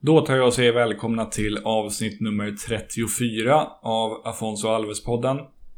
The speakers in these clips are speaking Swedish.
Då tar jag och säger välkomna till avsnitt nummer 34 av Afonso Alves-podden.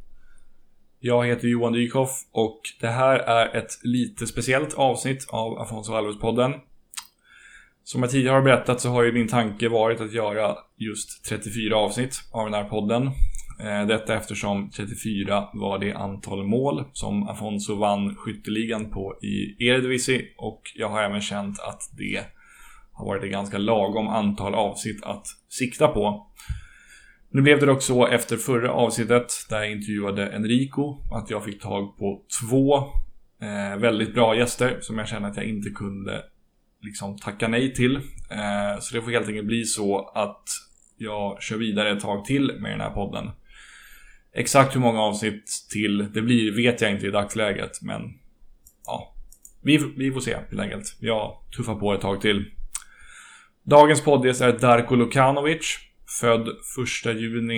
Jag heter Johan Dykhoff och det här är ett lite speciellt avsnitt av Afonso Alves-podden. Som jag tidigare har berättat så har ju min tanke varit att göra just 34 avsnitt av den här podden. Detta eftersom 34 var det antal mål som Afonso vann skytteligan på i Eredivisie, och jag har även känt att det har varit ett ganska lagom antal avsnitt att sikta på. Nu blev det dock så efter förra avsnittet där jag intervjuade Enrico att jag fick tag på två väldigt bra gäster som jag känner att jag inte kunde tacka nej till. Så det får helt enkelt bli så att jag kör vidare ett tag till med den här podden. Exakt hur många avsnitt till det blir vet jag inte i dagsläget, men ja, vi får se helt enkelt. Jag tuffar på ett tag till. Dagens poddgäst är Darko Lukanovic, född 1 juni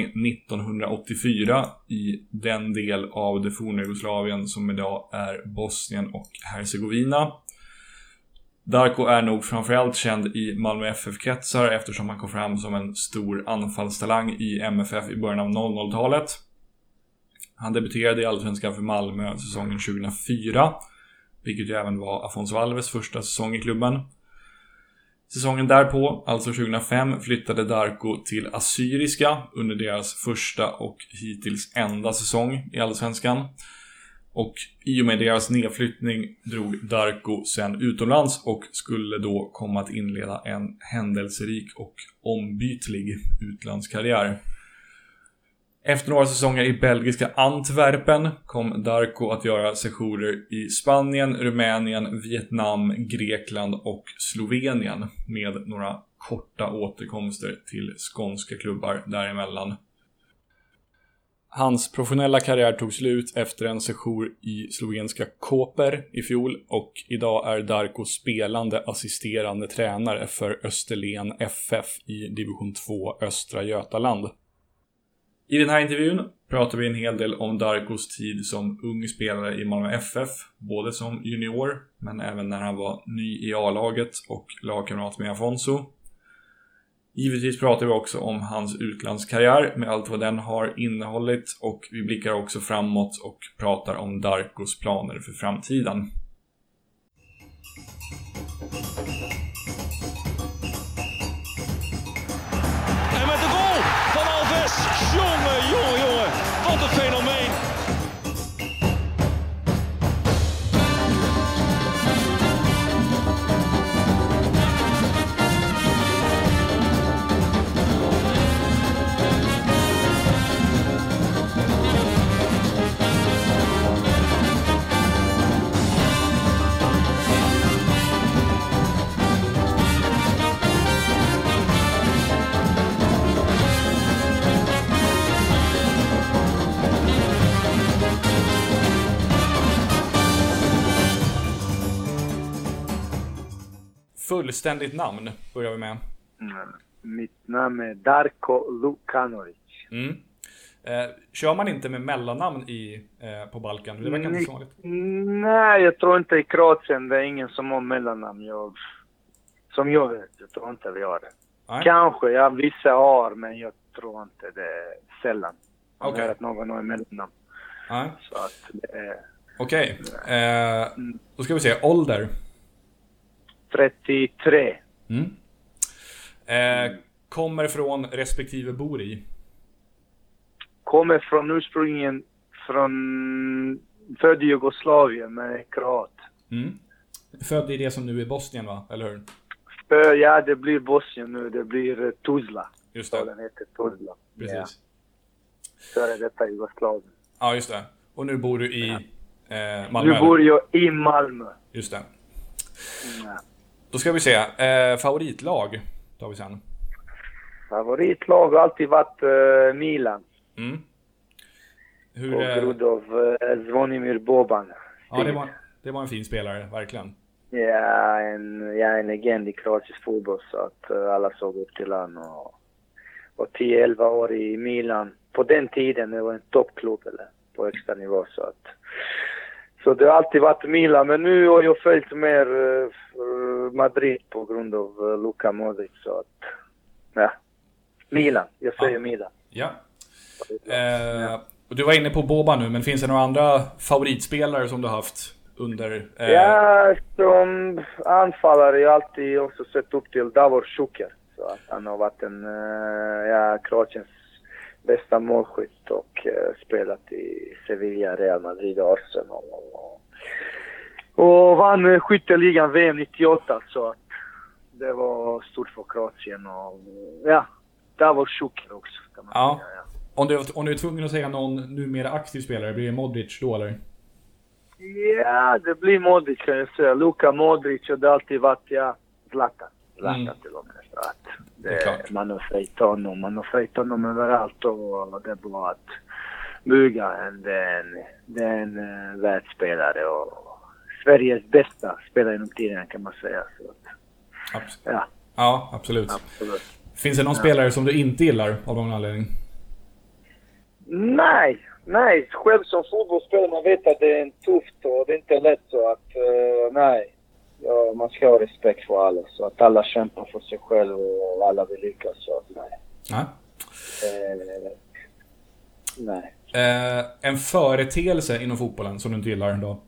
1984 i den del av det forna Jugoslavien som idag är Bosnien och Hercegovina. Darko är nog framförallt känd i Malmö FF-kretsar eftersom han kom fram som en stor anfallstalang i MFF i början av 00-talet. Han debuterade i Allsvenskan för Malmö säsongen 2004, vilket ju även var Afonso Alves första säsong i klubben. Säsongen därpå, alltså 2005, flyttade Darko till Assyriska under deras första och hittills enda säsong i Allsvenskan. Och i och med deras nedflyttning drog Darko sen utomlands och skulle då komma att inleda en händelserik och ombytlig utlandskarriär. Efter några säsonger i belgiska Antwerpen kom Darko att göra sessioner i Spanien, Rumänien, Vietnam, Grekland och Slovenien med några korta återkomster till skånska klubbar däremellan. Hans professionella karriär tog slut efter en session i slovenska Koper i fjol, och idag är Darko spelande assisterande tränare för Österlen FF i division 2 Östra Götaland. I den här intervjun pratar vi en hel del om Darkos tid som ung spelare i Malmö FF, både som junior men även när han var ny i A-laget och lagkamrat med Afonso. Givetvis pratar vi också om hans utlandskarriär med allt vad den har innehållit, och vi blickar också framåt och pratar om Darkos planer för framtiden. Jongen, wat een fenomeen. Fullständigt namn börjar vi med. Mitt namn är Darko Lukanovic. Kör man inte med mellannamn på Balkan? Det verkar inte så vanligt. Nej, jag tror inte i Kroatien. Det är ingen som har mellannamn. Som jag vet. Jag tror inte vi har det. Nej. Kanske, vissa har, men jag tror inte det är sällan. Okej. Att någon har mellannamn. Nej. Så att det är... Okej. Då ska vi se. Ålder? 33. Kommer från respektive bor i? Kommer från ursprungligen från född i Jugoslavien, men är kroat. Född i det som nu är Bosnien, va? Eller hur? Ja, det blir Bosnien nu. Det blir Tuzla. Just det. Så den heter Tuzla. Precis. Ja. Så är detta Jugoslavien. Ja, just det. Och nu bor du i Malmö? Nu bor jag i Malmö. Just det. Ja. Då ska vi se. Favoritlag tar vi sen. Favoritlag har alltid varit Milan. Hur, på grund av Zvonimir Boban. Ja, det var en fin spelare, verkligen. Ja, en legend i kroatisk fotboll, så att alla såg upp till han. Och 10-11 år i Milan. På den tiden det var en toppklubb på högsta nivå, så det har alltid varit Milan, men nu har jag följt mer Madrid på grund av Luka Modric, så att Ja. Milan. Jag säger Milan. Ja. Och du var inne på Boban nu, men finns det några andra favoritspelare som du har haft under... Ja, som anfallare jag alltid också sett upp till Davor Šuker. Så att han har varit Kroatiens bästa målskytt och spelat i Sevilla, Real Madrid och Arsenal. Och vann skytteligan VM 98, så att det var stort för Kroatien. Och Davor Šuker också, kan man säga. Ja. Om du är tvungen att säga någon numera aktiv spelare, blir det Modric då eller? Ja, det blir Modric kan jag säga. Luka Modric, och det har alltid varit Zlatan. Zlatan till och med. Så att man har följt honom överallt, och det är bara att buga. Det är en världsspelare och Sveriges bästa spelare inom tiden, kan man säga. Så att, ja, absolut. Finns det någon spelare som du inte gillar av någon anledning? Nej, själv som fotbollsspelare man vet att det är tufft och det är inte lätt, så att man ska ha respekt för alla, så att alla kämpar för sig själv och alla vill lyckas, så att nej. En företeelse inom fotbollen som du inte gillar då?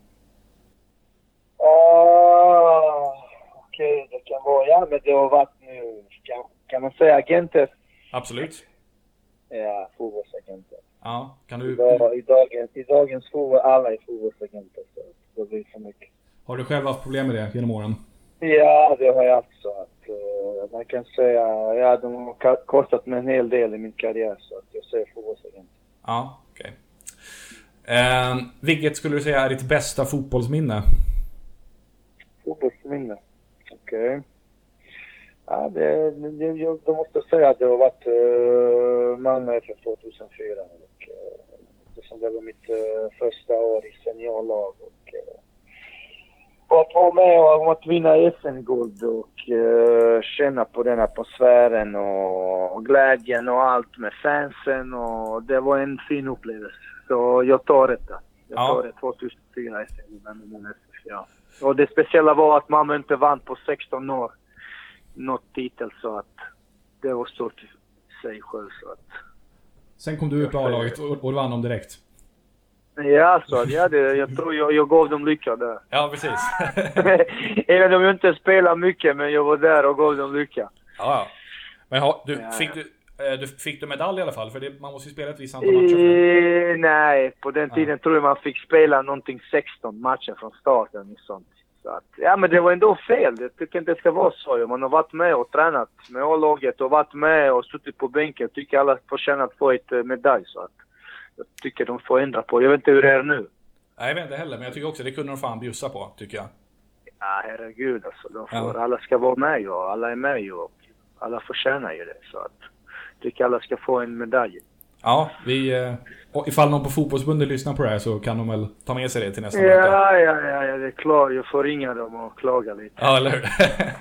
Okej, det kan vara, men det har varit nu, kan man säga agenter? Absolut. Ja, fotbollsagenter. Ja, kan du... I dagens fotboll, alla är fotbollsagenter, så det blir för mycket. Har du själv haft problem med det genom åren? Ja, det har jag haft, så att man kan säga, de har kostat mig en hel del i min karriär, så att jag säger fotbollsagenter. Ja, okej. Vilket skulle du säga är ditt bästa fotbollsminne? Fotbollsminne? Okej. Ja, jag måste säga att det har varit Malmö FF 2004. Och det var mitt första år i seniorlag. Och att vara med och att vinna FN-guld och känna på den atmosfären och glädjen och allt med fansen. Och det var en fin upplevelse. Så jag tar det. Jag tar det 2004 FN-guld. Ja. Och det speciella var att Malmö inte vann på 16 år. Något titel, så att det var stort i sig själv, så att... Sen kom du upp på A-laget och vann dem direkt. Ja, så att, jag tror jag gav dem lycka där. Ja, precis. Även om jag inte spelar mycket, men jag var där och gav dem lycka. Ja. Men fick du medalj i alla fall? För man måste ju spela ett visst antal matcher. Nej, på den tiden tror jag man fick spela någonting 16 matcher från starten och sånt. Så att, men det var ändå fel. Jag tycker inte det ska vara så. Man har varit med och tränat med A-laget och varit med och suttit på bänken. Jag tycker alla förtjänar att få ett medalj, så att jag tycker de får ändra på. Jag vet inte hur det är nu. Nej, jag vet inte heller, men jag tycker också det kunde de fan bjussa på, tycker jag. Ja, herregud alltså. Alla ska vara med och alla är med och alla förtjänar ju det. Så att jag tycker alla ska få en medalj. Ja, ifall någon på fotbollsbundet lyssnar på det här så kan de väl ta med sig det till nästa möte. Ja, det är klart. Jag får ringa dem och klaga lite. Ja, eller hur?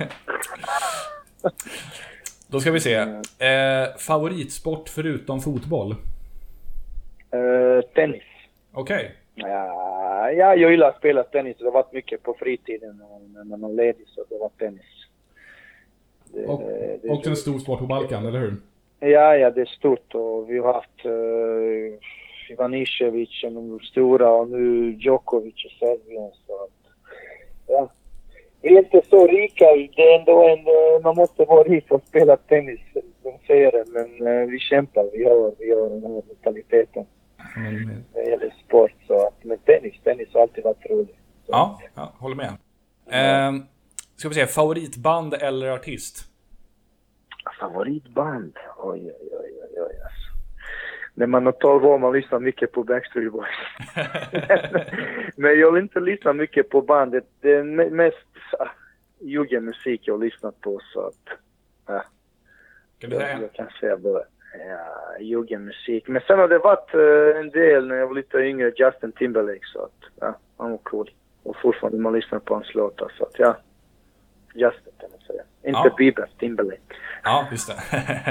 Då ska vi se. Favoritsport förutom fotboll? Tennis. Okej. Ja, jag gillar att spela tennis. Det har varit mycket på fritiden när man är ledig, så det var tennis. Och en stor sport på Balkan, eller hur? Ja, det är stort, och vi har haft Ivanišević, de stora, och nu Djokovic i Serbien, så att, vi är inte så rika, det är ändå man måste vara rik för att spela tennis, de säger det, men vi kämpar, vi har den här mentaliteten. Det gäller sport, så att, men tennis har alltid varit roligt. Ja, håller med. Ska vi säga favoritband eller artist? Favoritband? Oj. Alltså. När man har 12 år, man lyssnar mycket på Backstreet Boys. Men jag vill inte lyssna mycket på bandet. Det är mest musik jag har lyssnat på, så att... Kan du säga? Jag kan säga bara... musik. Men sen har det varit en del när jag var lite yngre, Justin Timberlake, så att... han var cool. Och fortfarande man lyssnar på hans låtar, så att Justin kan man säga. Inte Bieber, Timberlake. Ja, just det.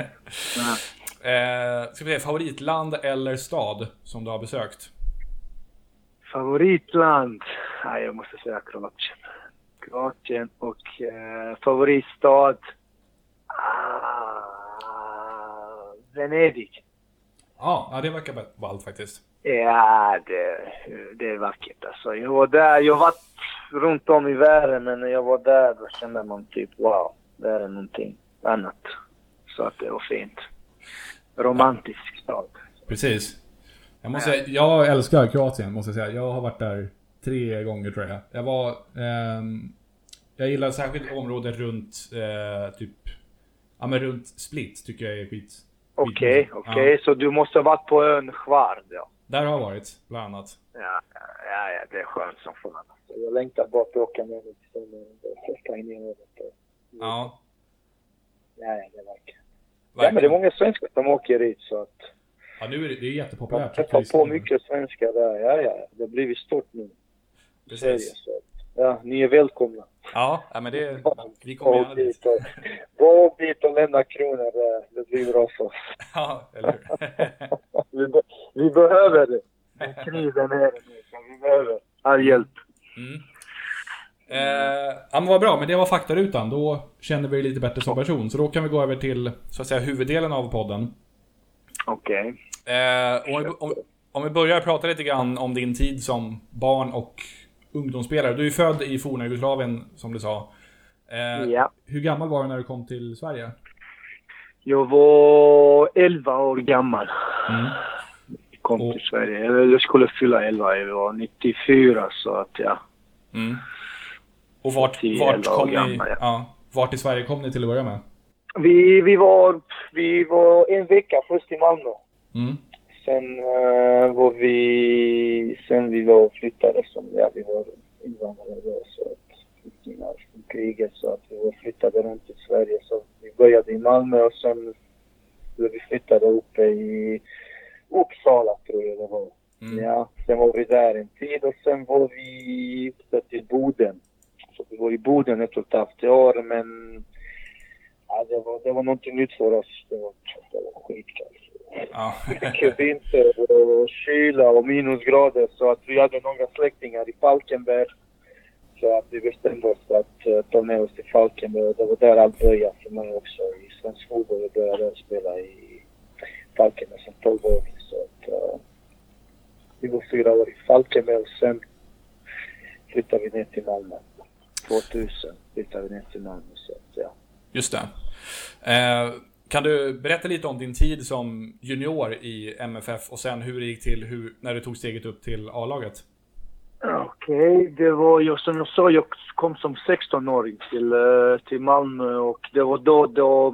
Ska vi säga favoritland eller stad som du har besökt? Favoritland? Jag måste säga Kroatien och favoritstad? Venedig. Ja, det verkar ballt faktiskt. Ja, det är vackert alltså. Jag var där, jag har varit runt om i världen, men när jag var där då kände man typ wow, det är någonting annat. Så att det var fint. Romantisk stad. Precis. Jag måste säga, jag älskar Kroatien måste jag säga. Jag har varit där 3 gånger tror jag. Jag gillar särskilt området runt men runt Split tycker jag är skit. Okej. Så du måste ha varit på ön Hvar då? Där har jag varit, bland annat. Ja, det är skönt som fan. Jag längtar bara att åka ner till sommaren och åka in i övrigt. Ja. Ja, det verkar. Ja, men det är många svenskar som åker dit så att... Ja, nu är det är jättepopulärt. Jag tar på mycket svenskar där. Ja. Det blir stort nu. Precis. Så, ja, ni är välkomna. Ja, men det... Vi kommer gärna dit. Gå dit och lämna kronor. Det blir bra för oss. Ja, eller hur? vi behöver det. Krisen är det nu, så vi behöver all hjälp. Ja, men vad bra, men det var faktarutan. Då känner vi lite bättre som person. Så då kan vi gå över till, så att säga, huvuddelen av podden. Okej. Om vi börjar prata lite grann om din tid som barn och ungdomsspelare. Du är ju född i forna Jugoslavien, som du sa. Ja. Hur gammal var du när du kom till Sverige? Jag var 11 år gammal. Kom till Sverige. Jag skulle fylla 11. Jag var 94, så att ja. Och vart i Sverige kom ni till att börja med? Vi var en vecka först i Malmö. Sen vi var flyttade vi var invandrare då, så att flyktingar från kriget, så att vi var flyttade runt i Sverige. Så vi började i Malmö och sen vi flyttade uppe i Uppsala, tror jag det var. Ja, sen var vi där en tid och sen var vi uppe till Boden. Så vi var i Boden 1,5 år, men det var någonting nytt för oss. Det var skitkallt. Mycket vinter och kyla och minusgrader, så att vi hade några släktingar i Falkenberg. Så att vi bestämde oss att ta med oss till Falkenberg. Det var där allt började för mig också. I svensk fotboll. Jag började spela i Falkenberg som 12 år. Så att vi var 4 år i Falkenberg och sen flyttade vi ner till Malmö. 2000 flyttade vi ner till Malmö. Så att, ja. Just det. Kan du berätta lite om din tid som junior i MFF och sen hur det gick till när du tog steget upp till A-laget? Okej, det var ju som jag sa, jag kom som 16-åring till Malmö och det var då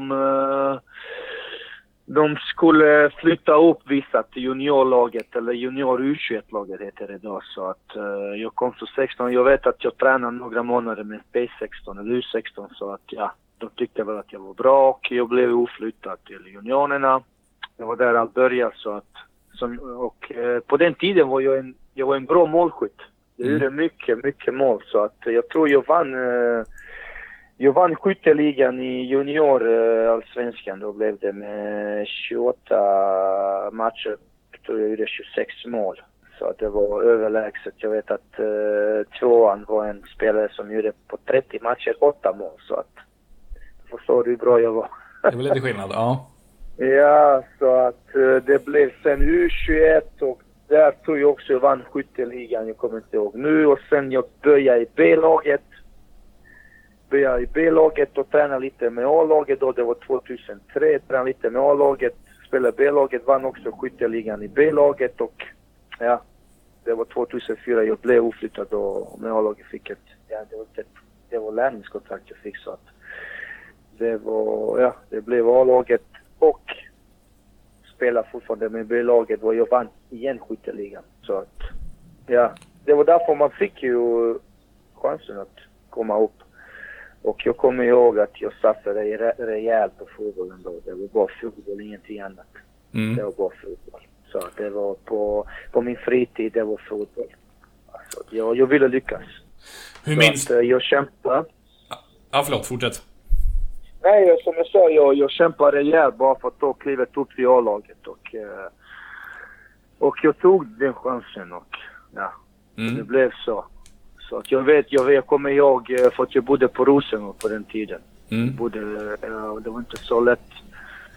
de skulle flytta upp vissa till juniorlaget, eller junior U21-laget heter det då. Så att jag kom som 16. Jag vet att jag tränade några månader med P16 eller U16, så att ja, de tyckte väl att jag var bra och jag blev oflyttad till juniorerna. Det var där allt började, så att på den tiden var jag var en bra målskytt. Jag gjorde mycket mål, så att jag tror jag vann skytteligan i junior allsvenskan. Då blev det med 28 matcher. Jag tror jag gjorde 26 mål. Så att det var överlägset. Jag vet att tvåan var en spelare som gjorde på 30 matcher 8 mål. Så att du förstår hur bra jag var. Det var lite skillnad, ja. Ja, så att det blev sen U21 och där tror jag också jag vann skytteligan, jag kommer inte ihåg nu. Och sen jag började i B-laget och tränade lite med A-laget då. Det var 2003, tränade lite med A-laget, spelade B-laget, vann också skytteligan i B-laget och ja, det var 2004 jag blev oflyttad då med A-laget fick det var lärlingskontrakt jag fick, så att det blev A-laget och spelade fortfarande med B-laget och jag vann igen skytteligan. Så att ja, det var därför man fick ju chansen att komma upp. Och jag kommer ihåg att jag satsade rejält på fotbollen då. Det var bara fotboll, ingenting annat. Det var bara fotboll. Så det var på min fritid, det var fotboll. Alltså, jag ville lyckas. Hur minst? Jag kämpade. Ja, förlåt, fortsätt. Nej, som jag sa, jag kämpade rejält bara för att ta klivet upp till A-laget. Och jag tog den chansen och ja, det blev så. Så att jag kommer ihåg för att jag bodde på Rosengård på den tiden. Det var inte så lätt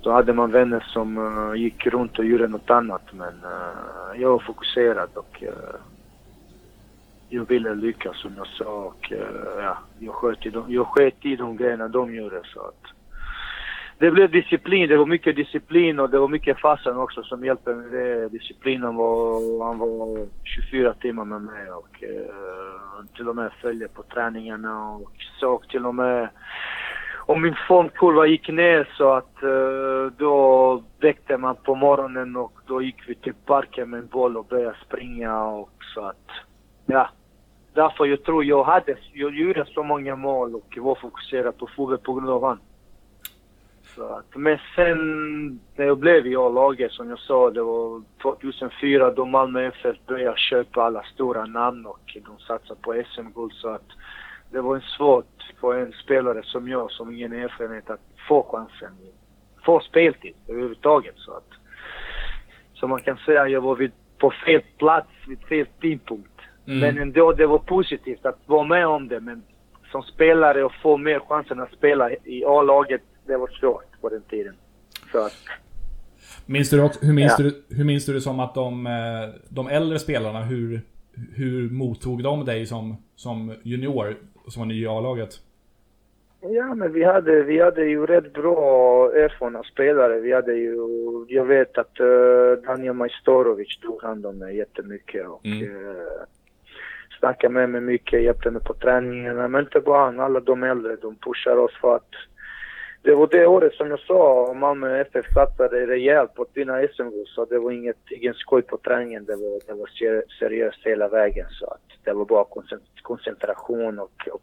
Då hade man vänner som gick runt och gjorde något annat. Men jag var fokuserad och jag ville lyckas som jag sa. Och jag sköt i de grejerna de gjorde. Så att det blev disciplin. Det var mycket disciplin och det var mycket fasen också som hjälpte mig. Det. Disciplinen han var 24 timmar med mig och till och med följde på träningarna och såg till och med om min formkurva gick ner så att då väckte man på morgonen och då gick vi till parken med en boll och började springa och så att därför jag tror jag gjorde så många mål och var fokuserad på fotboll på grund av han. Så att, men sen när jag blev i A-laget som jag sa, det var 2004 då Malmö FF började köpa alla stora namn och de satsade på SM-guld så att det var svårt för en spelare som jag som ingen erfarenhet att få chansen, få speltid överhuvudtaget så man kan säga att jag var på fel plats vid fel tidpunkt. Men ändå det var positivt att vara med om det, men som spelare och få mer chansen att spela i A-laget, det var svårt på den tiden. Så att, minns du också, hur minns du det som att de äldre spelarna, hur mottog de dig som junior som var ny i A-laget? Ja, men vi hade ju rätt bra erfarna spelare. Vi hade ju, jag vet att Daniel Majstorovic tog hand om mig jättemycket och snackade med mig mycket, hjälpte mig på träningarna. Men inte bara han, alla de äldre, de pushar oss för att det var det året som jag sa, Malmö FF satsade rejält på att vinna SM-guld, så det var ingen skoj på träningen, det var seriöst hela vägen, så att det var bara koncentration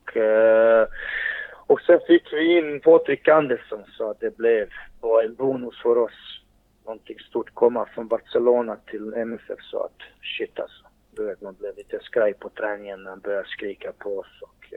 och sen fick vi in Patrik Andersson, så att det var en bonus för oss, någonting stort komma från Barcelona till MFF, så att shit alltså, du vet, man blev lite skraj på träningen, man började skrika på oss och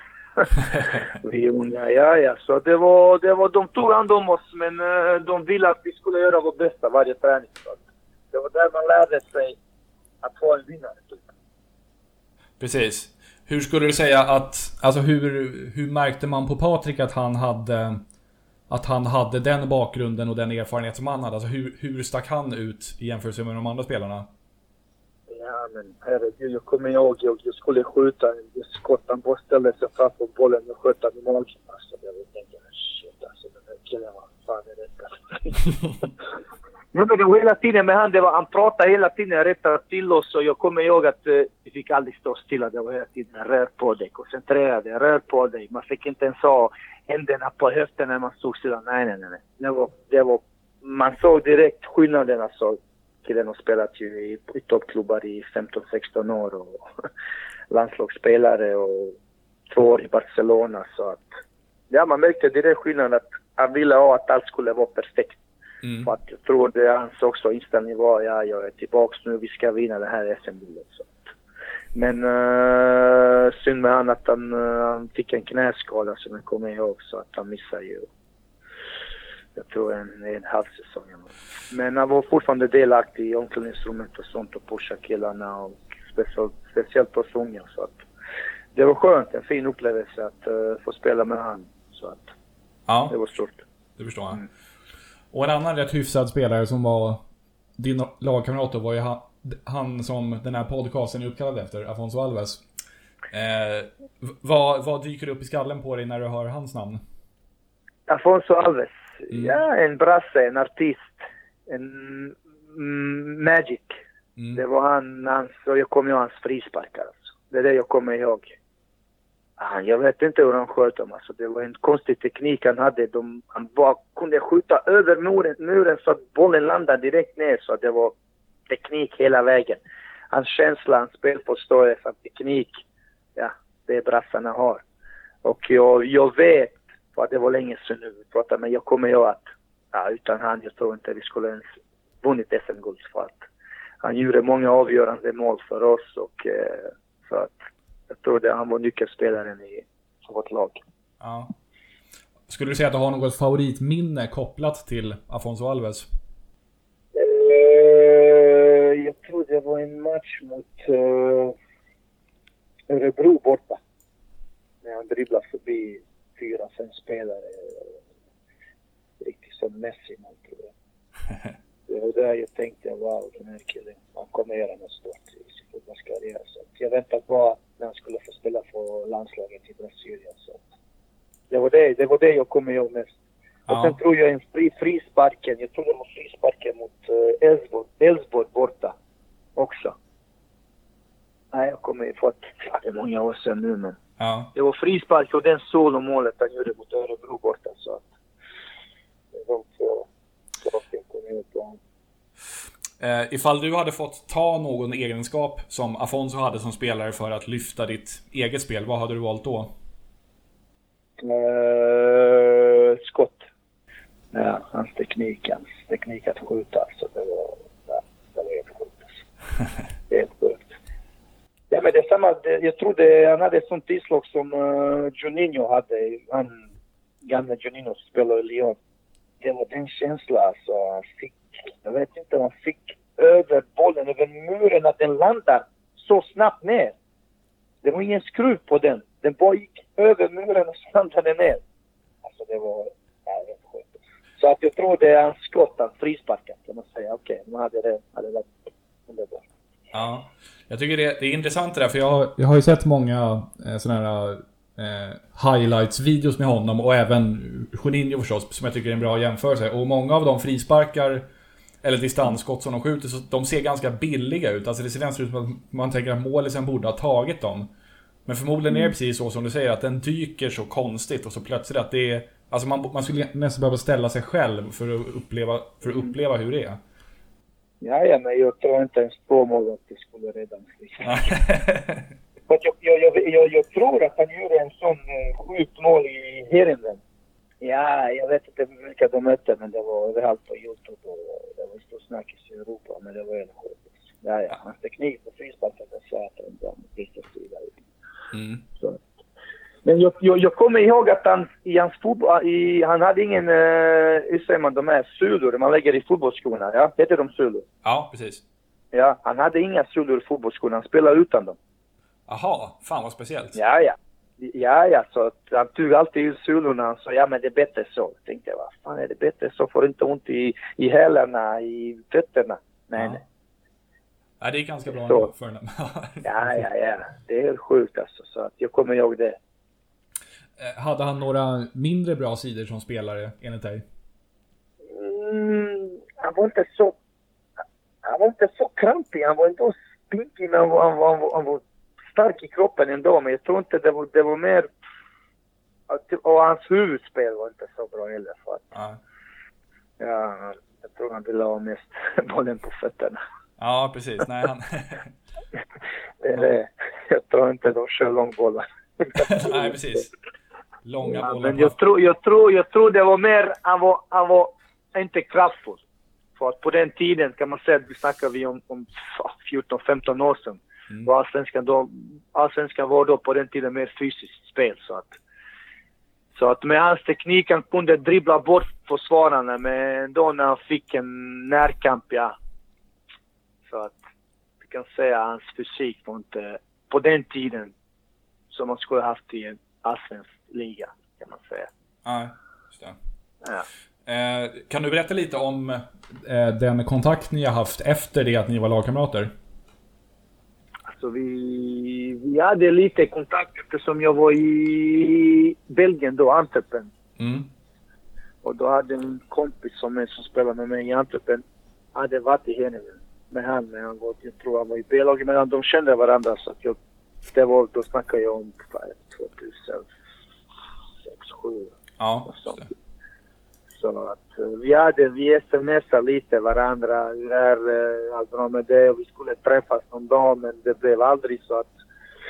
vi unga, så det var de tog hand om oss, men de ville att vi skulle göra vårt bästa varje träning. Så det var där man lärde sig att vara en vinnare. Precis. Hur skulle du säga alltså hur märkte man på Patrik att han hade den bakgrunden och den erfarenhet som han hade? Alltså hur stack han ut i jämförelse med de andra spelarna? Ja, men herregud, jag kommer ihåg, jag skulle skjuta, skottan på stället sig framför bollen och sköta i mål. Alltså, jag tänkte, shit alltså, den här killen, vad fan är detta? Men det var hela tiden med han pratade hela tiden, rättade till oss, och jag kommer ihåg att vi fick aldrig stå stilla, det var hela tiden, rör på dig, koncentrera dig, rör på dig. Man fick inte ens ha händerna på höften när man stod stilla, nej. Det var, man såg direkt skillnaden, alltså. Killen har spelat ju i toppklubbar i 15-16 år och landslagsspelare och 2 år i Barcelona, så att man märkte direkt skillnaden att han ville att allt skulle vara perfekt. För att jag tror det hans också inställning var, jag är tillbaks nu, vi ska vinna det här SM-guldet. Men synd med han att han fick en knäskada som jag kommer ihåg, så att han missade ju, jag tror en halv säsong. Men han var fortfarande delaktig i omklädningsrummet och sånt och pusha killarna och speciellt på sången, så att det var skönt, en fin upplevelse att få spela med han, så att det var stort. Det förstår jag. Och en annan rätt hyfsad spelare som var din lagkamrat då var ju han som den här podcasten är uppkallad efter, Afonso Alves. Vad dyker upp i skallen på dig när du hör hans namn? Afonso Alves? Ja, en brasse, en artist, en magic. Det var han, så jag kommer ihåg hans frisparkar. Alltså. Det är det jag kommer ihåg. Jag vet inte hur han sköt dem. Alltså. Det var en konstig teknik han hade. Han bara kunde skjuta över muren så att bollen landade direkt ner. Så det var teknik hela vägen. Hans känsla, hans spelpåståelse, hans teknik. Ja, det är brassarna har. Och jag vet, för det var länge sedan nu vi pratade, men jag kommer ihåg att utan han, jag tror inte vi skulle ens vunnit SM-guld, för att han gjorde många avgörande mål för oss, och så att jag tror att han var nyckelspelaren i vårt lag. Ja. Skulle du säga att du har något favoritminne kopplat till Afonso Alves? Jag tror det var en match mot Örebro borta. När han dribblade förbi 4-5 spelare. Riktigt som Messi nu, tror jag. Det var där jag tänkte, wow, den här killen, han kommer göra något stort i sin fotbollskarriär. Så jag väntade på när han skulle få spela för landslaget i Brasilien. Så det var det jag kommer ihåg mest. Och sen tror jag frisparken, jag tror det var frisparken mot Elfsborg borta också. Nej, jag kommer ihåg, det är många år sedan nu, men det var frispark och den solomålet han gjorde mot Örebro borta, så att det var så jag kommer ihåg på. Ifall du hade fått ta någon egenskap som Afonso hade som spelare för att lyfta ditt eget spel, vad hade du valt då? Skott. Ja, hans teknik att skjuta, alltså det var helt sjukt. Helt sjukt. Ja, men det är samma, jag tror han hade ett sånt tillslag som Juninho hade. Han, gamla Juninho som spelade i Lyon. Det var den känslan, alltså, han fick, jag vet inte, han fick över bollen, över muren, att den landar så snabbt ner. Det var ingen skruv på den. Den bara gick över muren och landade ner. Alltså det var helt sjukt. Så att jag tror det är hans skott, hans frisparken, kan man säga. Okej, man hade det underbart. Ja, jag tycker det är intressant det där, för jag har ju sett många sådana här highlights-videos med honom, och även Juninho förstås, som jag tycker är en bra jämförelse. Och många av de frisparkar eller distansskott som de skjuter, så de ser ganska billiga ut. Alltså det ser nästan ut som att man tänker att målisen borde ha tagit dem. Men förmodligen är det precis så som du säger, att den dyker så konstigt och så plötsligt att det är, alltså man skulle nästan behöva ställa sig själv för att uppleva hur det är. Ja, men jag tror inte ens på mål att det skulle redan slicka. Jag tror att han gjorde en sån sjukt mål i Heerenveen. Ja, jag vet inte vilka de mötte, men det var överallt på YouTube och det var stor snackis i Europa, men det var helt sjukt. Ja, hans teknik på frisparken, det sa att han visste vidare. Så. Men jag kommer ihåg att han i hans fotboll, han hade ingen, hur säger man, de här sulor man lägger i fotbollsskorna, ja? Heter de sulor? Ja, precis. Ja, han hade inga sulor i fotbollsskorna, han spelade utan dem. Aha, fan vad speciellt. Ja, så att han tog alltid ut sulorna och sa, ja men det är bättre så. Jag tänkte, vad fan är det bättre så? Får inte ont i hälarna, i fötterna. Nej. Ja, det är ganska bra för henne. Ja, det är helt sjukt alltså, så att jag kommer ihåg det. Hade han några mindre bra sidor som spelare enligt dig? Han var inte så krampig, han var inte så spinkig, men han var stark i kroppen ändå, men jag tror inte det var mer, och hans huvudspel var inte så bra heller, för att jag tror han ville ha mest bollen på fötterna. Ja, precis. Nej, han... det är det. Jag tror inte de kör långbollar. Nej, precis. Långa bollar. Men jag tror det var mer, han var inte kraftfull. För att på den tiden kan man säga att vi snackar om 14-15 år sedan. Allsvenskan var då på den tiden mer fysiskt spel, så att med hans teknik han kunde dribbla bort försvararna, men då när han fick en närkamp, så att vi kan säga att hans fysik var inte på den tiden som man skulle haft i en allsvensk liga, kan man säga. Ja, just det. Ja. Kan du berätta lite om den kontakt ni har haft efter det att ni var lagkamrater? Alltså vi hade lite kontakt eftersom jag var i Belgien då, Antwerpen. Och då hade en kompis som spelade med mig i Antwerpen, hade varit i Heerenveen med han, men jag tror han var i B-laget, men de kände varandra, så att då snackade jag om 2006, 2007. Ja, så att vi smsade lite varandra, hur är allt bra med det, och vi skulle träffas någon dag, men det blev aldrig, så att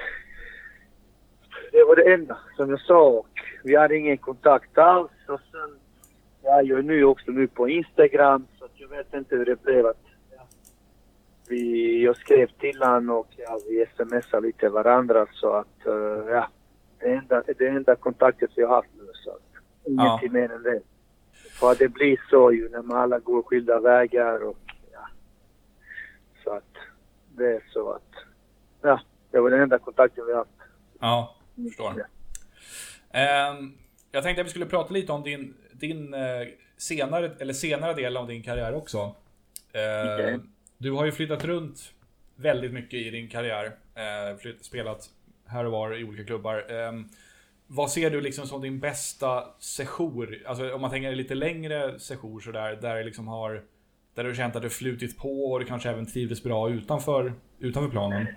det var det enda som jag sa, och vi hade ingen kontakt alls. Och sen, jag är nu på Instagram, så att jag vet inte hur det blev, att jag skrev till han och vi smsade lite varandra, så att det enda kontakten jag har haft nu, så att ingenting mer än det. För det blir så ju när man alla går skilda vägar, och så att det är så att det var den enda kontakten vi har haft. Ja, förstår. Jag tänkte att vi skulle prata lite om din senare del av din karriär också. Okay. Du har ju flyttat runt väldigt mycket i din karriär. Spelat här och var i olika klubbar. Vad ser du liksom som din bästa sejour? Alltså om man tänker lite längre sejour så där det liksom där du känt att du flutit på och du kanske även trivdes bra utanför planen.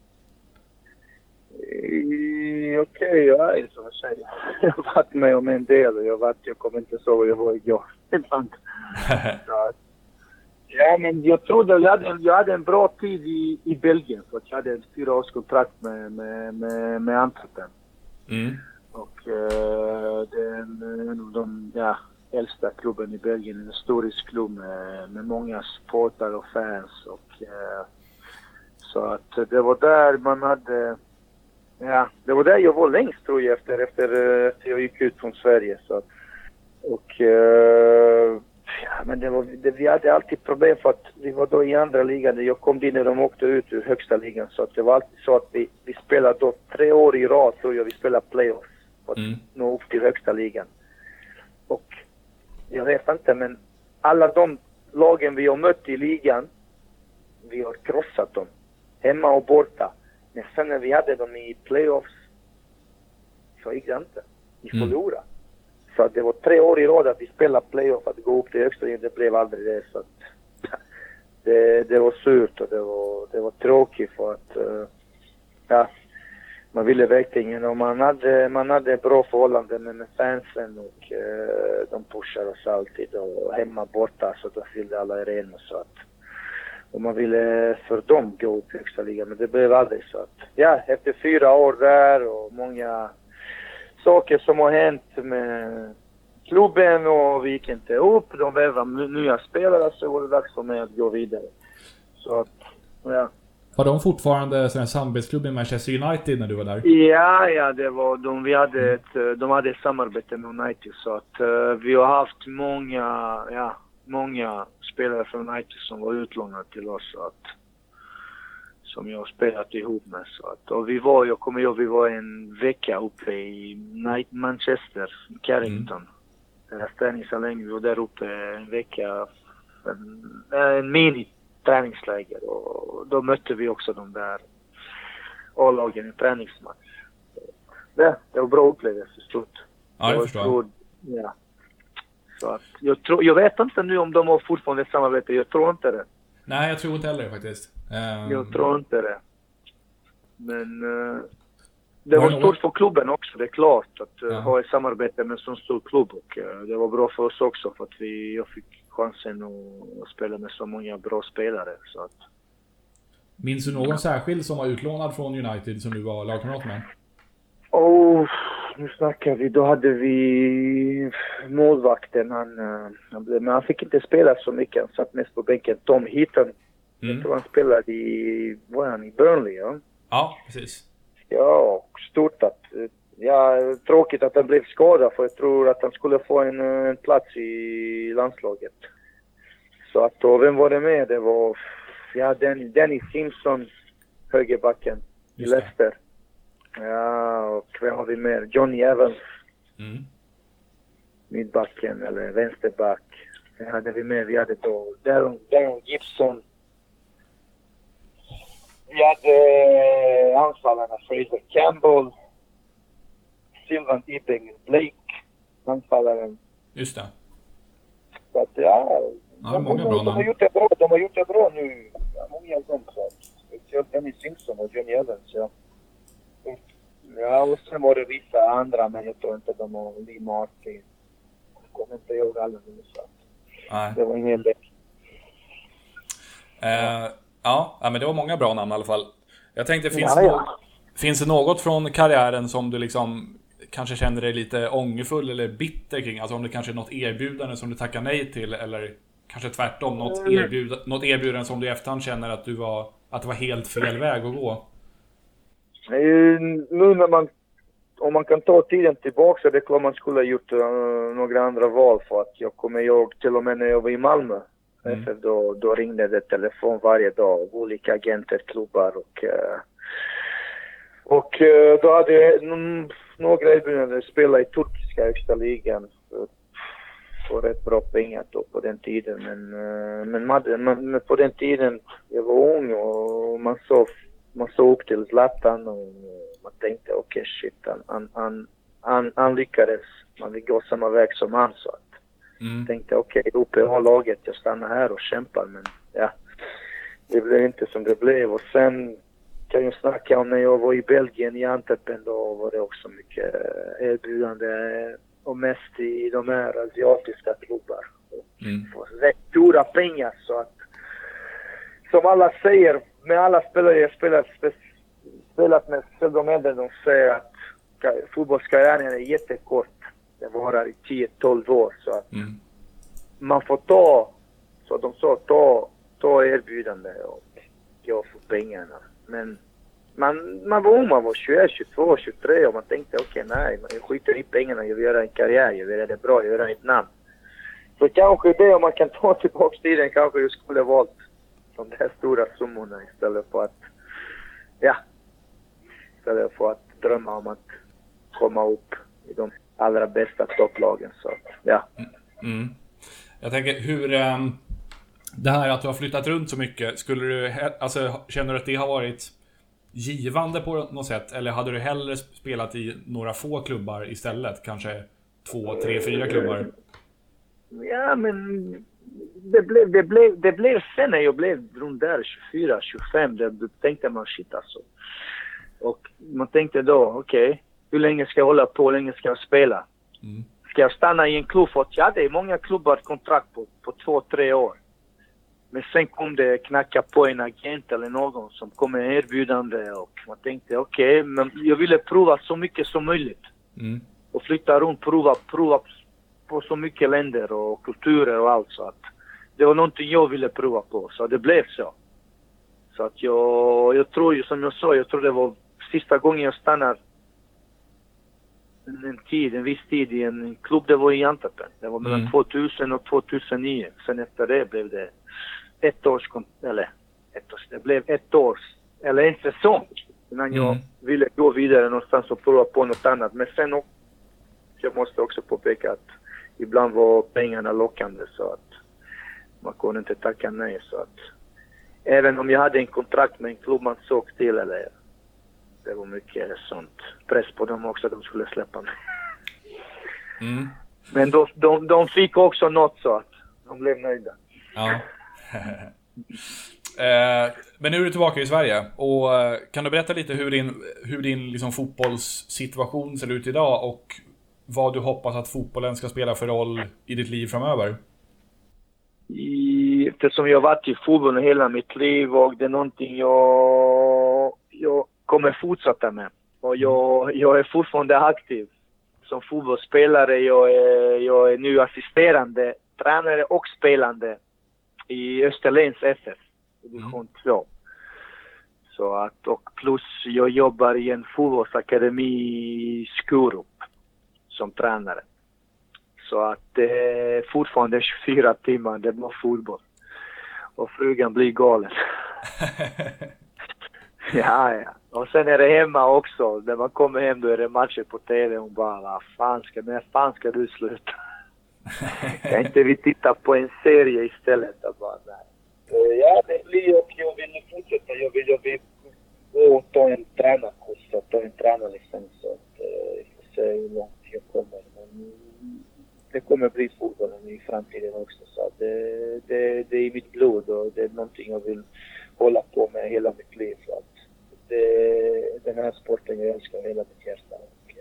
Okej, jag är som jag säger. Jag har varit med om en del och jag kommer inte så vad jag var igår. Ja, men jag trodde jag hade en bra tid i Belgien, för att jag hade ett 4-årskontrakt med Antwerpen. Mm. Och det är en av de äldsta klubben i Belgien, en historisk klubb med många supportrar och fans. Och, så att det var där man hade... Ja, det var där jag var längst tror jag efter jag gick ut från Sverige. Så. Och men vi hade alltid problem för att vi var då i andra ligan. Jag kom in när de åkte ut ur högsta ligan. Så att det var alltid så att vi spelade då 3 år i rad tror jag vi spelade playoff. För att nå upp till högsta ligan. Och jag vet inte, men alla de lagen vi har mött i ligan, vi har krossat dem. Hemma och borta. Men sen när vi hade dem i playoffs så gick det inte. Vi förlorade. Så att det var 3 år i rad att vi spelade playoff, att gå upp till högsta ligan, det blev aldrig det. Så att det var surt och det var tråkigt för att man ville verkligen, och man hade bra förhållanden med fansen och de pushade oss alltid och hemma borta så då fyllde alla arenor så att och man ville för dem gå upp i högsta ligan, men det blev aldrig så att efter 4 år där och många saker som har hänt med klubben och vi gick inte upp, de värvade nya spelare så var det dags för mig att gå vidare. Så att, Var de fortfarande en samarbetsklubb i Manchester United när du var där? Ja, det var de. De hade ett samarbete med United så att vi har haft många spelare från United som var utlånade till oss så att, som jag har spelat ihop med så att, och jag kommer ihåg vi var en vecka uppe i Manchester, Carrington. Deras träningsanläggning, vi var där uppe en vecka, en mini-träningsläger och då mötte vi också de där A-lagen i träningsmatch. Det var bra upplevelse stort. Ja, jag förstår. Ja. Så att jag vet inte nu om de har fortfarande ett samarbete, jag tror inte det. Nej, jag tror inte heller faktiskt. Jag tror inte det. Men det var stort för klubben också, det är klart att ha ett samarbete med en sån stor klubb och det var bra för oss också för att jag fick chansen att spela med så många bra spelare så att. Minns du någon särskild som var utlånad från United som du var lagkamrat med? Nu snackar vi, då hade vi målvakten, men han fick inte spela så mycket, han satt mest på bänken, Tom Heaton. Jag tror han spelade i Burnley, ja? Ja, precis. Ja, stort tråkigt att han blev skadad för jag tror att han skulle få en plats i landslaget. Så att då, vem var det med? Det var Danny Simpson, högerbacken i Leicester. Ja, och vem har vi mer? Johnny Evans. Mittbacken eller vänsterback. Vem hade vi med? Vi hade då Darren Gibson. Vi hade anfallarna Fraser Campbell, Sylvain Ibeng Blake, anfallaren. Just det. Så att de har gjort det bra nu. Många av dem så att Danny Simpson och Johnny Evans, Ja, och sen var det vissa andra, men jag tror inte de har Lee Martin. Jag kommer inte ihåg alla nu så att det var ingen lätt. Men det var många bra namn i alla fall. Jag tänkte, finns det något från karriären som du liksom kanske känner dig lite ångerfull eller bitter kring? Alltså om det kanske är något erbjudande som du tackar nej till, eller kanske tvärtom något erbjudande som du i efterhand känner att det var helt fel väg att gå? Nu om man kan ta tiden tillbaka så det är klart man skulle ha gjort några andra val för att jag kommer ihåg till och med när jag var i Malmö. För då ringde det telefon varje dag av olika agenter, klubbar och då hade jag några erbjudanden att spela i turkiska högsta ligan få rätt bra pengar då på den tiden. Men på den tiden, jag var ung och man såg upp till Zlatan och man tänkte okej, shit, han lyckades. Man vill gå samma väg som han, så att tänkte okej, uppe har laget, jag stannar här och kämpar, men ja, det blev inte som det blev. Och sen kan jag snacka om när jag var i Belgien, i Antwerpen, då var det också mycket erbjudande och mest i de här asiatiska klubbar. Och rätt stora pengar, så att som alla säger, med alla spelare jag spelat med, så de äldre, de säger att fotbollskarriären är jättekort. Det varar i 10-12 år, så att man får så de sa, ta erbjudande och gå för pengarna. Men man var ung, man var 21, 22, 23 och man tänkte okej, nej, jag skiter i pengarna, jag vill göra en karriär, jag vill göra det bra, jag vill göra ett namn. Så kanske det, om man kan ta tillbaka tiden, kanske jag skulle valt de där stora summorna istället för att drömma om att komma upp i de allra bästa topplagen. Så ja. Jag tänker, hur det här att du har flyttat runt så mycket, känner du att det har varit givande på något sätt, eller hade du hellre spelat i några få klubbar istället, kanske 2, 3, 4 klubbar? Ja, men det blev sen när jag blev runt där 24, 25, då tänkte man shit alltså. Och man tänkte då, okej, hur länge ska jag hålla på, hur länge ska jag spela? Ska jag stanna i en klubb? För att jag hade många klubbar kontrakt på 2-3 år. Men sen kom det knacka på en agent eller någon som kom med erbjudande och man tänkte okej, men jag ville prova så mycket som möjligt. Och flytta runt, prova på så mycket länder och kulturer och allt, så att det var någonting jag ville prova på, så det blev så. Så att jag tror ju, som jag sa, jag tror det var sista gången jag stannade en viss tid i en klubb, det var i Antwerpen. Det var mellan 2000 och 2009. Sen efter det blev det ett års eller en säsong innan jag ville gå vidare någonstans och prova på något annat. Men sen jag måste också påpeka att ibland var pengarna lockande, så att man kunde inte tacka nej. Så att även om jag hade en kontrakt med en klubb man såg till, eller det var mycket sånt press på dem också, de skulle släppa mig. Men de fick också något, så att de blev nöjda. Ja. Men nu är du tillbaka i Sverige, och kan du berätta lite hur din liksom fotbollssituation ser ut idag och vad du hoppas att fotbollen ska spela för roll i ditt liv framöver? Eftersom jag har varit i fotbollen hela mitt liv, och det är någonting jag kommer fortsätta med. Och jag är fortfarande aktiv som fotbollsspelare. Jag är nu assisterande tränare och spelande i Österlens FF, division 2. Så att, och plus jag jobbar i en fotbollsakademi i Skurup som tränare. Så att det är fortfarande 24 timmar, det är bara fotboll. Och frugan blir galen. Ja. Och sen är det hemma också. När man kommer hem, då är det matcher på tv. Hon bara, när fan ska du sluta? Kan inte vi titta på en serie istället? Jag bara, nej. Ja, det blir, och jag vill fortsätta. Jag vill gå och ta en tränarkurs och ta en tränarlicens. Så att jag får se hur långt jag kommer. Men det kommer bli fotbollen i framtiden också. Så det är i mitt blod, och det är någonting jag vill hålla på med hela mitt liv. Så att den här sporten jag älskar hela mitt hjärta. Och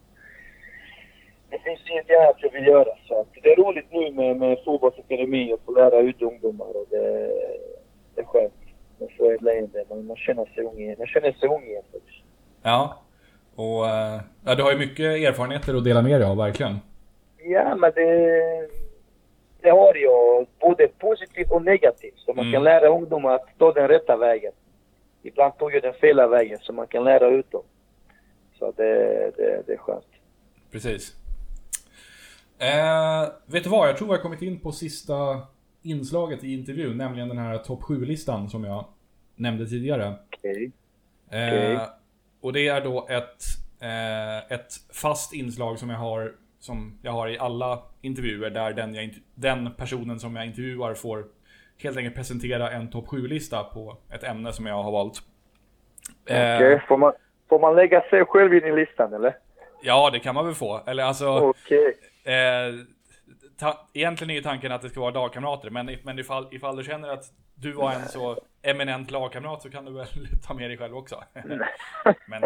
det finns inget annat jag vill göra. Så att det är roligt nu med fotbollsakademi och få lära ut ungdomar, och det är skönt. Man får ett leende, man känner sig ung igen. Man känner sig ung igen. Ja, och du har ju mycket erfarenheter att dela med dig av, verkligen. Ja, men det har jag både positivt och negativt. Så man kan lära ungdomar att ta den rätta vägen. Ibland tog jag den fel vägen, så man kan lära ut dem. Så det är skönt. Precis. Vet du vad, jag tror jag har kommit in på sista inslaget i intervjun, nämligen den här topp 7-listan som jag nämnde tidigare. Okej. Och det är då ett fast inslag som jag har som jag har i alla intervjuer där den personen som jag intervjuar får helt enkelt presentera en topp 7-lista på ett ämne som jag har valt. Okej, får man lägga sig själv in i listan, eller? Ja, det kan man väl få. Eller alltså... Okej. Egentligen är ju tanken att det ska vara lagkamrater, men ifall du känner att du var en så eminent lagkamrat så kan du väl ta med dig själv också. Men...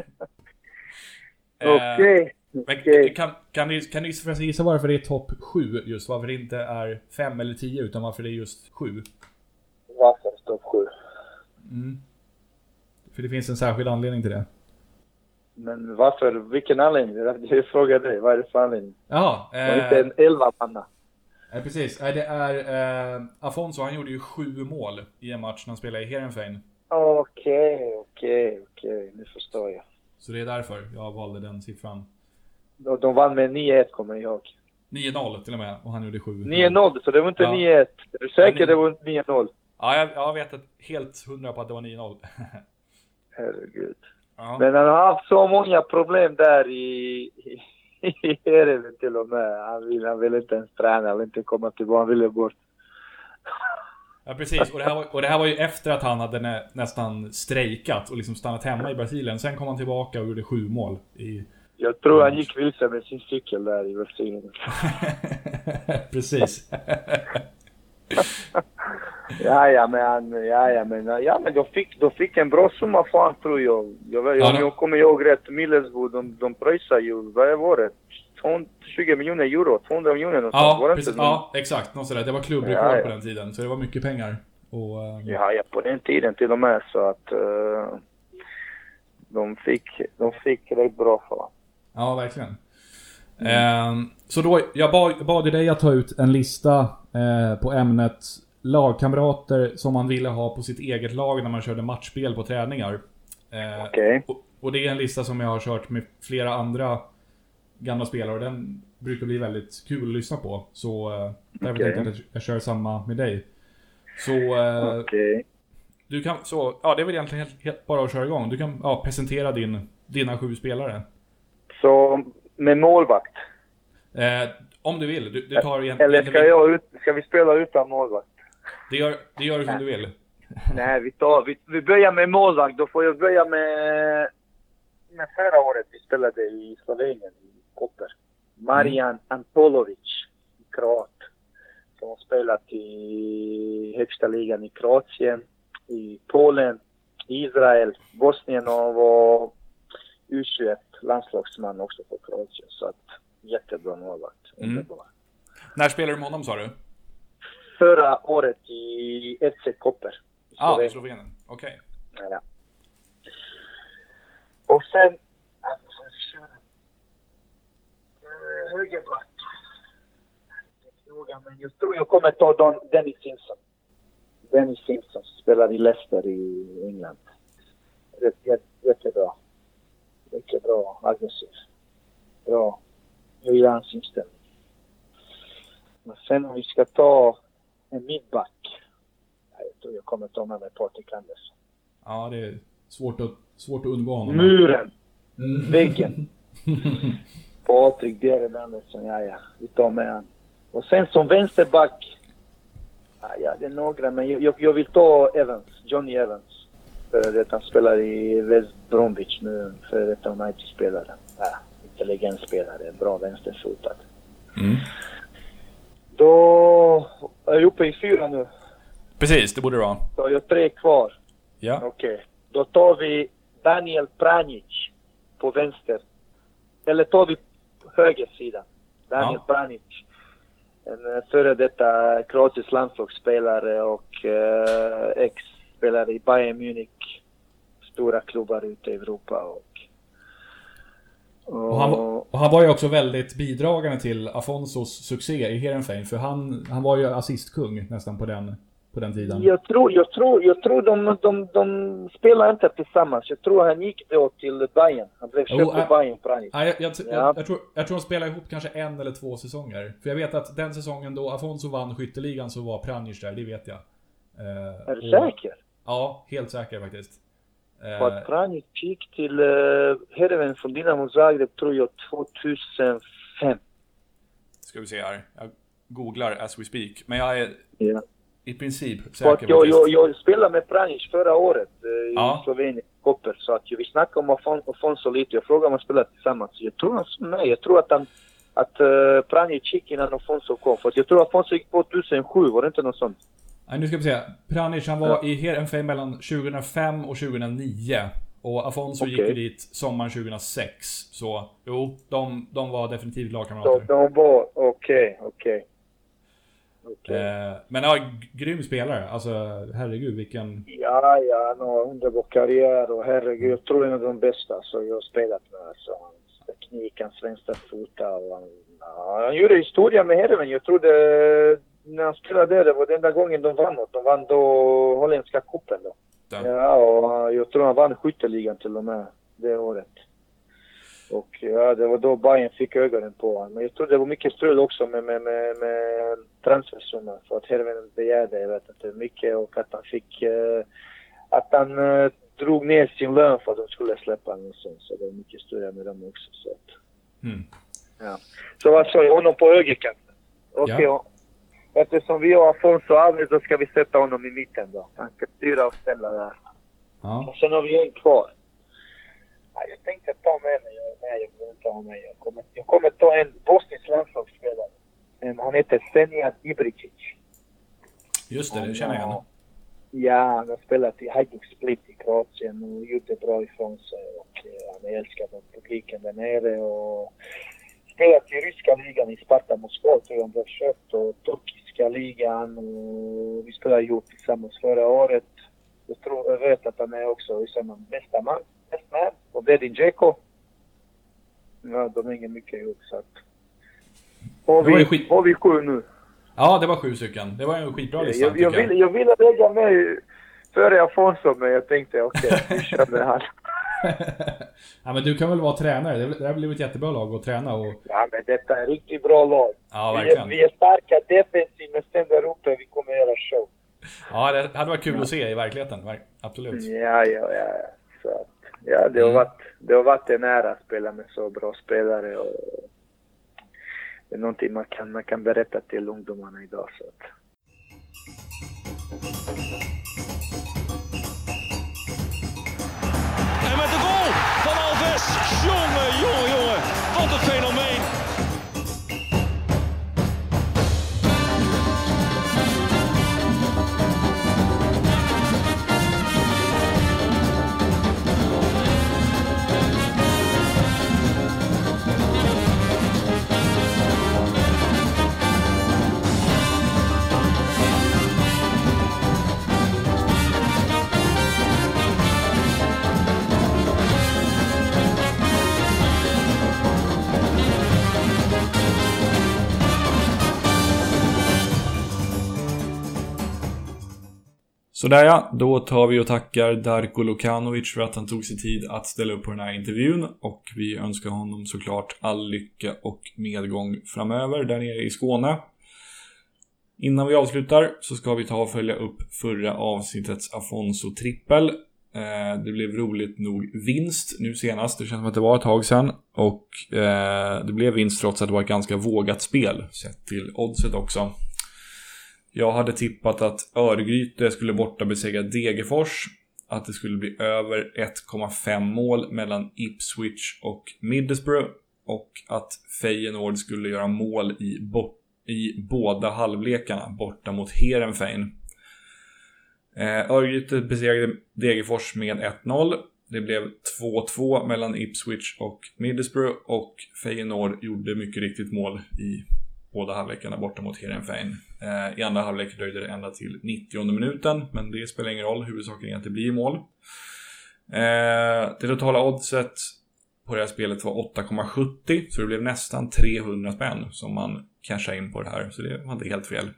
Okej. Kan du gissa varför det är topp 7 just? Varför det inte är 5 eller 10 utan varför det är just 7? Varför topp 7? För det finns en särskild anledning till det. Men varför? Vilken anledning? Jag frågar dig. Vad är det för anledning? Jaha. Inte en 11 manna. Precis. Det är Afonso, han gjorde ju 7 mål i en match när han spelade i Heerenveen. Okej. Nu förstår jag. Så det är därför jag valde den siffran. De vann med 9-1, kommer jag ihåg. 9-0 till och med, och han gjorde 7. 9-0, så det var inte 9-1. Är du säker det var 9-0? Ja, jag vet helt 100 på att det var 9-0. Herregud. Ja. Men han har haft så många problem där i Heerenveen till och med. Han vill inte ens träna, han vill inte komma tillbaka, han ville bort. Ja, precis. Och det här var ju efter att han hade nästan strejkat och liksom stannat hemma i Brasilien. Sen kom han tillbaka och gjorde 7 mål i... Jag tror han gick vilse med sin cykel där i Brasilien. Precis. Men de fick en bra summa för han, tror jag. Jag kommer ihåg rätt, Middlesbrough, de pröjsar ju, vad var det? 20 miljoner euro, 200 miljoner någonstans. Ja, precis, ja, exakt. Något sådär. Det var klubbrekord på den tiden, så det var mycket pengar. Och, ja, på den tiden till och med, så att de fick rätt bra för honom. Ja, verkligen. Så då, jag bad dig att ta ut en lista på ämnet lagkamrater som man ville ha på sitt eget lag när man körde matchspel på träningar. Okej. Och det är en lista som jag har kört med flera andra gamla spelare och den brukar bli väldigt kul att lyssna på. Så därför tänkte jag att jag kör samma med dig. Så du kan, så det är väl egentligen helt bara att köra igång. Du kan presentera dina 7 spelare. Så med målvakt? Om du vill. Du tar egentligen... Eller ska vi spela utan målvakt? Det gör du som du vill. Nej, vi börjar med målvakt. Då får jag börja med förra året vi spelade i Slovenien i Koper. Marijan Antolović, kroat. Som har spelat i högsta ligan i Kroatien, i Polen, Israel, Bosnien och var U21 landslagsman också för Kroatien. Så att jättebra målvakt. När spelar du med honom, sa du? Förra året i FC Koper. I Slovenien. Okej. Ja. Och sen högerback. Men jag tror jag kommer ta Dennis Simpson. Dennis Simpson spelar i Leicester i England. Jättebra. Mycket bra, aggressiv. Bra. Jag gillar hans inställning. Men sen om vi ska ta en midback. Jag tror jag kommer ta med mig Patrik Andersson. Ja, det är svårt att undgå honom. Muren. Väggen. Patrik Bjerre Andersson, ja. Vi tar med han. Och sen som vänsterback. Ja, det är några, men jag vill ta Johnny Evans. För att han spelar i West Bromwich nu. För att han är spelare. Ja, inte legendspelare. Bra vänsterfotad. Då är jag uppe i 4 nu. Precis, det borde det vara. Så jag har 3 kvar. Ja. Okej. Då tar vi Daniel Pranjic på vänster. Eller tar vi höger sida. Daniel Pranjic. En före detta kroatisk landslagsspelare och ex-spelare i Bayern Munich. Stora klubbar ute i Europa. Och han var ju också väldigt bidragande till Afonsos succé i Heerenveen. För han var ju assistkung nästan på den tiden. Jag tror de spelar inte tillsammans. Jag tror han gick då till Bayern. Han blev köpt på Bayern. Jag tror de spelade ihop kanske 1 eller 2 säsonger. För jag vet att den säsongen då Afonso vann skytteligan så var Pranjic där, det vet jag. Är du säker? Ja, helt säker faktiskt. På att Pranjic gick till Heerenveen från Dinamo Zagreb tror jag 5. Ska vi se här. Jag googlar as we speak. Men jag är i princip Så att säker. jag spelade med Pranjic förra året i Ja. Slovenien. Koper, så att vi snackade om Afonso lite. Jag frågade om han spelade tillsammans. Jag tror att Pranjic gick innan Afonso kom. För jag tror att Afonso gick 2007, var det inte något sånt? Nej, nu ska vi se. Pranjic, han var i Heerenveen mellan 2005 och 2009. Och Afonso gick ju dit sommaren 2006. Så jo, de var definitivt lagkamrater. De var okej. Men ja, grym spelare. Alltså, herregud, vilken... Ja, han har underbar karriär och herregud, jag tror en av de bästa så jag har spelat med. Så hans teknik, hans vänstra fota och han gjorde historia med Heerenveen. Jag trodde när han spelade det var den enda gången de vann något. De vann då holländska cupen då. Ja, och jag tror han vann skytteligan till och med det året. Och ja, det var då Bayern fick ögonen på honom. Men jag tror det var mycket strul också med transfersumman. För att Heerenveen begärde, jag vet inte mycket. Och att han fick... att han drog ner sin lön för att de skulle släppa honom. Så det var mycket större med dem också. Så att, ja. Så vad sa jag? Honom på högerkanten. Okej. Eftersom vi har Afonso Alves så ska vi sätta honom i mitten då. Han ska styra och ställa där. Ja. Och sen har vi en kvar. Jag tänkte ta med mig. Jag vill inte ta med. Jag kommer ta en bosnisk landslagsspelare. Han heter Senijad Ibričić. Just det känner jag igen. Ja, han har spelat i Hajduk Split i Kroatien och gjort det bra ifrån sig. Och han är älskad av publiken där nere. Och spelat i ryska ligan i Sparta Moskva tror jag han blev köpt. Och turkiska ligan. Och vi spelade ihop tillsammans förra året. Jag vet att han är också i samma bästa man. Och Bedin Dzeko. Ja, de hänger mycket ihop så att... Har vi 7 nu? Ja, det var 7 stycken. Det var en skitbra lista. Jag ville lägga mig före Afonso, men jag tänkte okej, vi kör med han. Ja, men du kan väl vara tränare? Det har blivit ett jättebra lag att träna och... Ja, men detta är en riktigt bra lag. Ja, verkligen. Vi är starka defensivt, men sen där uppe vi kommer göra show. Ja, det hade varit kul att se i verkligheten. Absolut. Ja. Så att, ja, det har varit en ära att spela med så bra spelare och det är någonting man kan berätta till ungdomarna idag. Så att. En met de goal van Alves. Jongen. Wat een fenomeen. Sådär ja, då tar vi och tackar Darko Lukanovic för att han tog sig tid att ställa upp på den här intervjun och vi önskar honom såklart all lycka och medgång framöver där nere i Skåne. Innan vi avslutar så ska vi ta och följa upp förra avsnittets Afonso-trippel. Det blev roligt nog vinst nu senast, det känns som att det var ett tag sedan och det blev vinst trots att det var ett ganska vågat spel sett till oddset också. Jag hade tippat att Örgryte skulle borta besegra Degerfors, att det skulle bli över 1,5 mål mellan Ipswich och Middlesbrough och att Feyenoord skulle göra mål i båda halvlekarna borta mot Heerenveen. Örgryte besegrade Degerfors med 1-0. Det blev 2-2 mellan Ipswich och Middlesbrough och Feyenoord gjorde mycket riktigt mål i båda halvlekarna borta mot Heerenveen. I andra halvlek dröjde det ända till 90:e minuten, men det spelar ingen roll, huvudsaken är att det blir mål. Det totala oddset på det här spelet var 8,70, så det blev nästan 300 spänn som man cashade in på det här, så det var inte helt fel.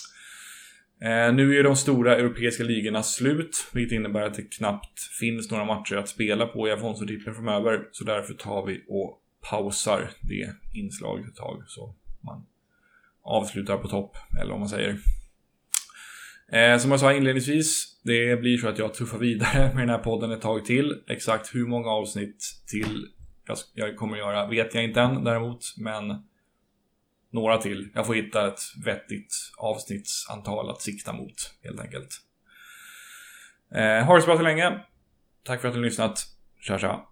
Nu är de stora europeiska ligorna slut, vilket innebär att det knappt finns några matcher att spela på i Afonso-trippeln framöver, så därför tar vi och pausar det inslaget ett tag så man avslutar på topp, eller vad man säger. Som jag sa inledningsvis, det blir så att jag tuffar vidare med den här podden ett tag till. Exakt hur många avsnitt till jag kommer göra vet jag inte än däremot, men några till. Jag får hitta ett vettigt avsnittsantal att sikta mot helt enkelt. Ha det så bra så länge. Tack för att du har lyssnat. Tja tja.